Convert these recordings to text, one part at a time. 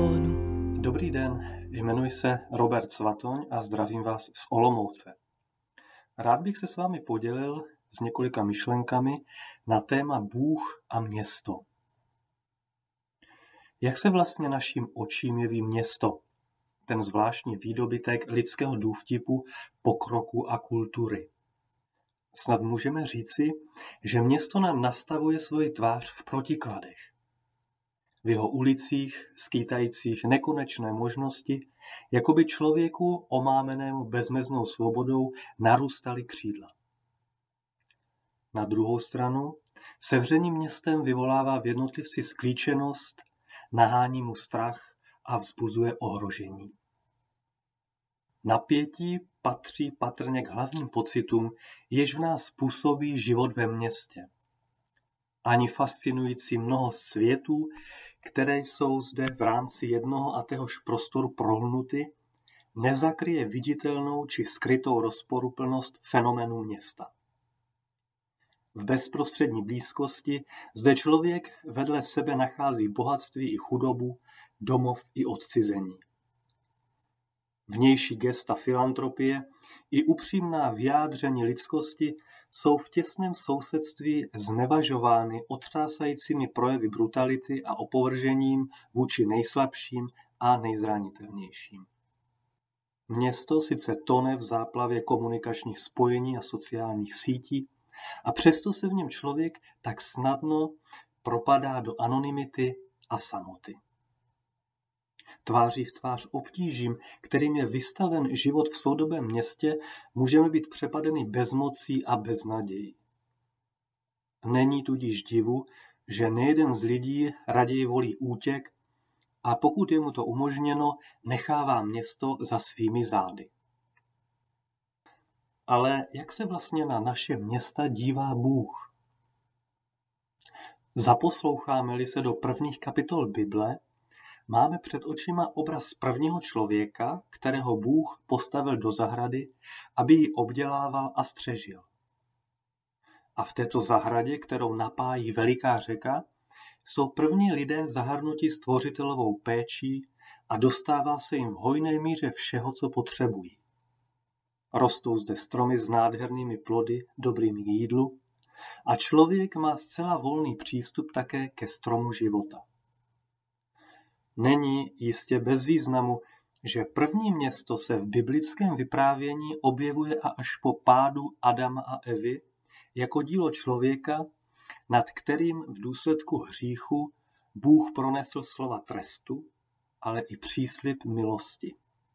mikrofonu. Dobrý den, jmenuji se Robert Svatoň a zdravím vás z Olomouce. Rád bych se s vámi podělil s několika myšlenkami na téma Bůh a město. Jak se vlastně našim očím jeví město, ten zvláštní výdobytek lidského důvtipu, pokroku a kultury? Snad můžeme říci, že město nám nastavuje svoji tvář v protikladech. V jeho ulicích, skýtajících nekonečné možnosti, jako by člověku omámenému bezmeznou svobodou narůstaly křídla. Na druhou stranu sevření městem vyvolává v jednotlivci sklíčenost, nahání mu strach a vzbuzuje ohrožení. Napětí patří patrně k hlavním pocitům, jež v nás působí život ve městě. Ani fascinující mnoho světů, které jsou zde v rámci jednoho a téhož prostoru prohnuty, nezakryje viditelnou či skrytou rozporuplnost fenoménu města. V bezprostřední blízkosti zde člověk vedle sebe nachází bohatství i chudobu, domov i odcizení. Vnější gesta filantropie i upřímná vyjádření lidskosti jsou v těsném sousedství znevažovány otřásajícími projevy brutality a opovržením vůči nejslabším a nejzranitelnějším. Město sice tone v záplavě komunikačních spojení a sociálních sítí, a přesto se v něm člověk tak snadno propadá do anonymity a samoty. Tváří v tvář obtížím, kterým je vystaven život v soudobém městě, můžeme být přepadeni bezmocí a beznadějí. Není tudíž divu, že nejeden z lidí raději volí útěk a pokud je mu to umožněno, nechává město za svými zády. Ale jak se vlastně na naše města dívá Bůh? Zaposloucháme-li se do prvních kapitol Bible, máme před očima obraz prvního člověka, kterého Bůh postavil do zahrady, aby ji obdělával a střežil. A v této zahradě, kterou napájí veliká řeka, jsou první lidé zahrnuti stvořitelovou péčí a dostává se jim v hojné míře všeho, co potřebují. Rostou zde stromy s nádhernými plody, dobrými k jídlu, a člověk má zcela volný přístup také ke stromu života. Není jistě bez významu, že první město se v biblickém vyprávění objevuje až po pádu Adama a Evy jako dílo člověka, nad kterým v důsledku hříchu Bůh pronesl slova trestu, ale i příslib milosti.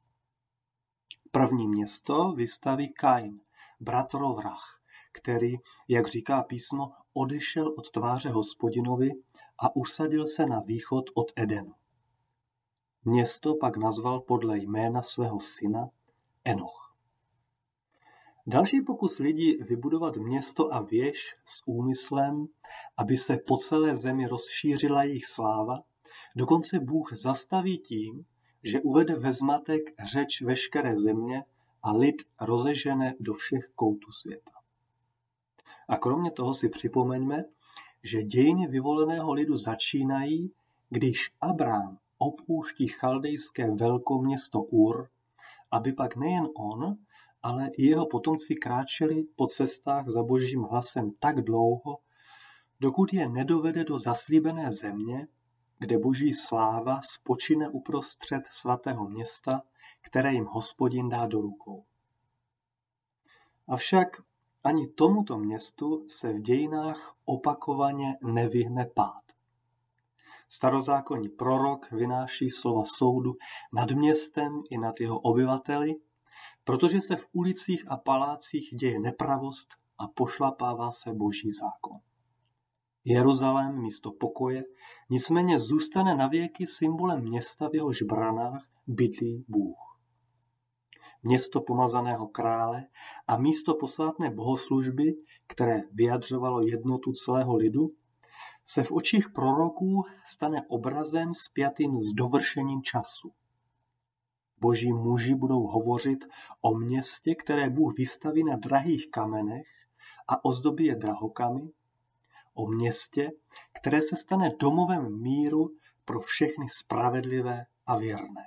První město vystaví Kain, bratrov vrah, který, jak říká písmo, odešel od tváře Hospodinovi a usadil se na východ od Edenu. Město pak nazval podle jména svého syna Enoch. Další pokus lidí vybudovat město a věž s úmyslem, aby se po celé zemi rozšířila jejich sláva, dokonce Bůh zastaví tím, že uvede ve zmatek řeč veškeré země a lid rozežene do všech koutů světa. A kromě toho si připomeňme, že dějiny vyvoleného lidu začínají, když Abrám opouští chaldejské velkoměsto Ur, aby pak nejen on, ale i jeho potomci kráčeli po cestách za Božím hlasem tak dlouho, dokud je nedovede do zaslíbené země, kde Boží sláva spočine uprostřed svatého města, které jim Hospodin dá do rukou. Avšak ani tomuto městu se v dějinách opakovaně nevyhne pád. Starozákonní prorok vynáší slova soudu nad městem i nad jeho obyvateli, protože se v ulicích a palácích děje nepravost a pošlapává se Boží zákon. Jeruzalém místo pokoje nicméně zůstane navěky symbolem města, v jehož branách bydlí Bůh. Město pomazaného krále a místo posvátné bohoslužby, které vyjadřovalo jednotu celého lidu, se v očích proroků stane obrazem spjatým s dovršením času. Boží muži budou hovořit o městě, které Bůh vystaví na drahých kamenech a ozdobí je drahokamy, o městě, které se stane domovem míru pro všechny spravedlivé a věrné.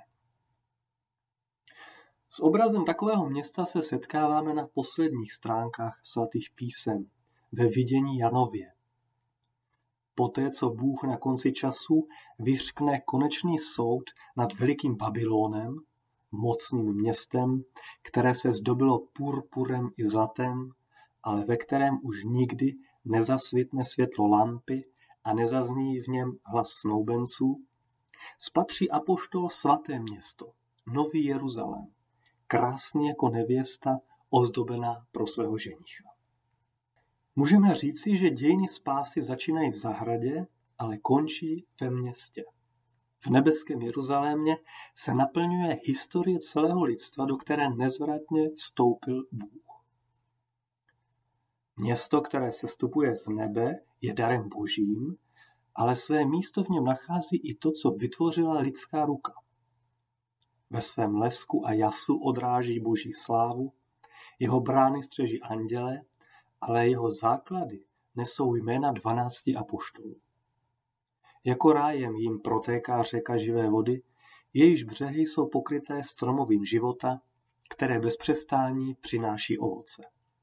S obrazem takového města se setkáváme na posledních stránkách svatých písem, ve vidění Janově. Poté, co Bůh na konci času vyřkne konečný soud nad velikým Babylonem, mocným městem, které se zdobilo purpurem i zlatem, ale ve kterém už nikdy nezasvitne světlo lampy a nezazní v něm hlas snoubenců, spatří apoštol svaté město, Nový Jeruzalém, krásně jako nevěsta ozdobená pro svého ženicha. Můžeme říci, že dějiny spásy začínají v zahradě, ale končí ve městě. V nebeském Jeruzalémě se naplňuje historie celého lidstva, do které nezvratně vstoupil Bůh. Město, které sestupuje z nebe, je darem božím, ale své místo v něm nachází i to, co vytvořila lidská ruka. Ve svém lesku a jasu odráží boží slávu, jeho brány střeží anděle, ale jeho základy nesou jména 12 apoštolů. Jako rájem jim protéká řeka živé vody, jejíž břehy jsou pokryté stromovým života, které bez přestání přináší ovoce.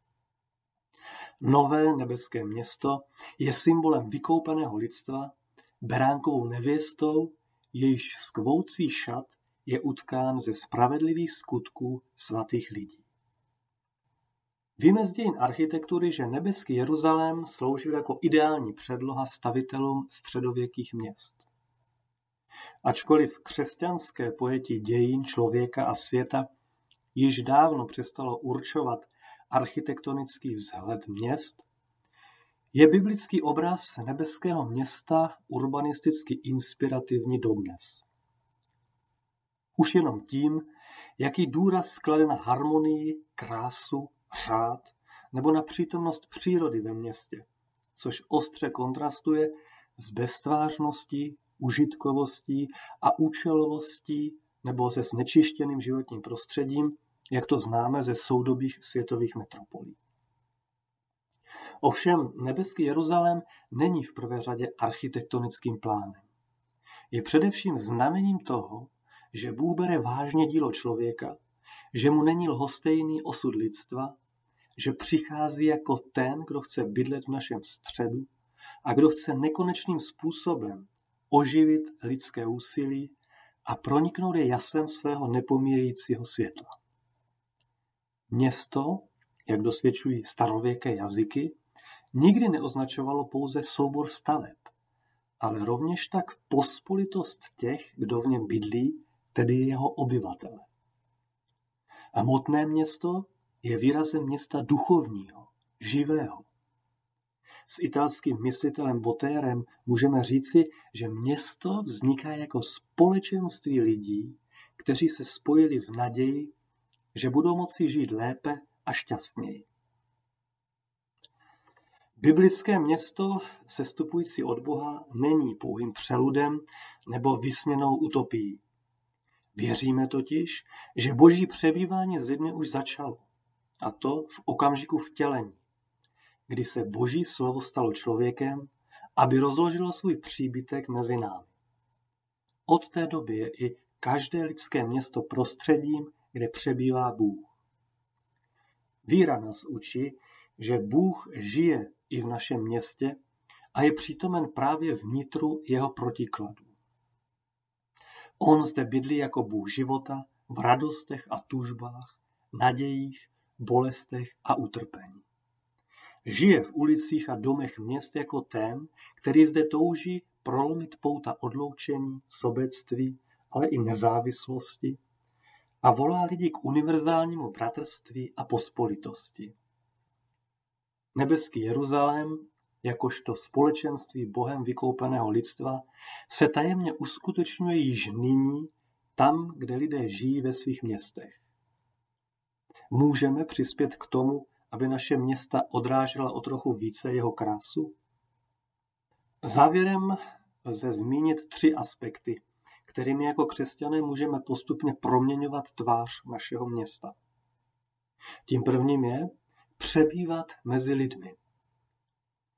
Nové nebeské město je symbolem vykoupeného lidstva, beránkovou nevěstou, jejíž skvoucí šat je utkán ze spravedlivých skutků svatých lidí. Víme z dějin architektury, že nebeský Jeruzalém sloužil jako ideální předloha stavitelům středověkých měst. Ačkoliv křesťanské pojetí dějin člověka a světa již dávno přestalo určovat architektonický vzhled měst, je biblický obraz nebeského města urbanisticky inspirativní dodnes. Už jenom tím, jaký důraz klade na harmonii, krásu, řád nebo na přítomnost přírody ve městě, což ostře kontrastuje s beztvářností, užitkovostí a účelovostí nebo se znečištěným životním prostředím, jak to známe ze soudobých světových metropolí. Ovšem nebeský Jeruzalém není v prvé řadě architektonickým plánem. Je především znamením toho, že Bůh bere vážně dílo člověka, že mu není lhostejný osud lidstva, že přichází jako ten, kdo chce bydlet v našem středu a kdo chce nekonečným způsobem oživit lidské úsilí a proniknout je jasem svého nepomíjejícího světla. Město, jak dosvědčují starověké jazyky, nikdy neoznačovalo pouze soubor staveb, ale rovněž tak pospolitost těch, kdo v něm bydlí, tedy jeho obyvatele. A hmotné město je výrazem města duchovního, živého. S italským myslitelem Botérem můžeme říci, že město vzniká jako společenství lidí, kteří se spojili v naději, že budou moci žít lépe a šťastněji. Biblické město, sestupující od Boha, není pouhým přeludem nebo vysněnou utopií. Věříme totiž, že boží přebývání s lidmi už začalo, a to v okamžiku vtělení, kdy se boží slovo stalo člověkem, aby rozložilo svůj příbytek mezi námi. Od té doby je i každé lidské město prostředím, kde přebývá Bůh. Víra nás učí, že Bůh žije i v našem městě a je přítomen právě vnitru jeho protikladů. On zde bydlí jako Bůh života v radostech a tužbách, nadějích, bolestech a utrpení. Žije v ulicích a domech měst jako ten, který zde touží prolomit pouta odloučení, sobectví, ale i nezávislosti a volá lidi k univerzálnímu bratrství a pospolitosti. Nebeský Jeruzalém, jakožto společenství Bohem vykoupeného lidstva, se tajemně uskutečňuje již nyní tam, kde lidé žijí ve svých městech. Můžeme přispět k tomu, aby naše města odrážela o trochu více jeho krásu? Závěrem lze zmínit 3 aspekty, kterými jako křesťané můžeme postupně proměňovat tvář našeho města. Tím prvním je přebývat mezi lidmi.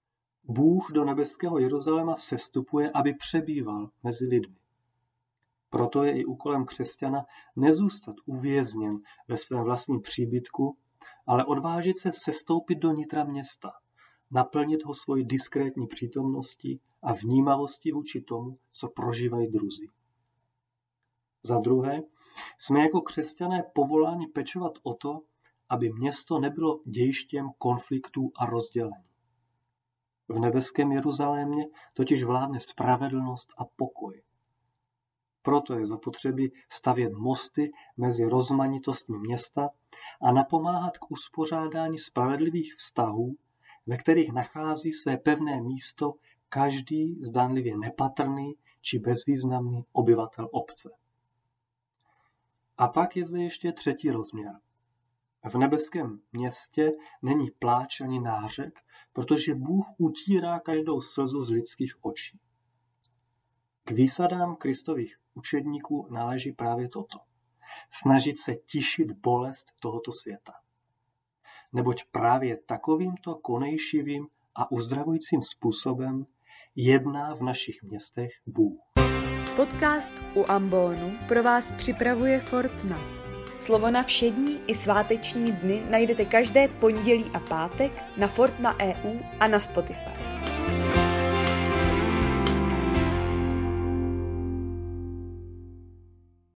Bůh do nebeského Jeruzaléma sestupuje, aby přebýval mezi lidmi. Proto je i úkolem křesťana nezůstat uvězněn ve svém vlastním příbytku, ale odvážit se sestoupit do nitra města, naplnit ho svojí diskrétní přítomností a vnímavostí vůči tomu, co prožívají druzí. Za druhé, jsme jako křesťané povoláni pečovat o to, aby město nebylo dějištěm konfliktů a rozdělení. V nebeském Jeruzalémě totiž vládne spravedlnost a pokoj. Proto je zapotřebí stavět mosty mezi rozmanitostmi města a napomáhat k uspořádání spravedlivých vztahů, ve kterých nachází své pevné místo každý zdánlivě nepatrný či bezvýznamný obyvatel obce. A pak je zde ještě třetí rozměr. V nebeském městě není pláč ani nářek, protože Bůh utírá každou slzu z lidských očí. K výsadám Kristových učedníků náleží právě toto. Snažit se tišit bolest tohoto světa. Neboť právě takovýmto konejšivým a uzdravujícím způsobem jedná v našich městech Bůh. Podcast u ambonu pro vás připravuje Fortna. Slovo na všední i sváteční dny najdete každé pondělí a pátek na Fortna.eu a na Spotify.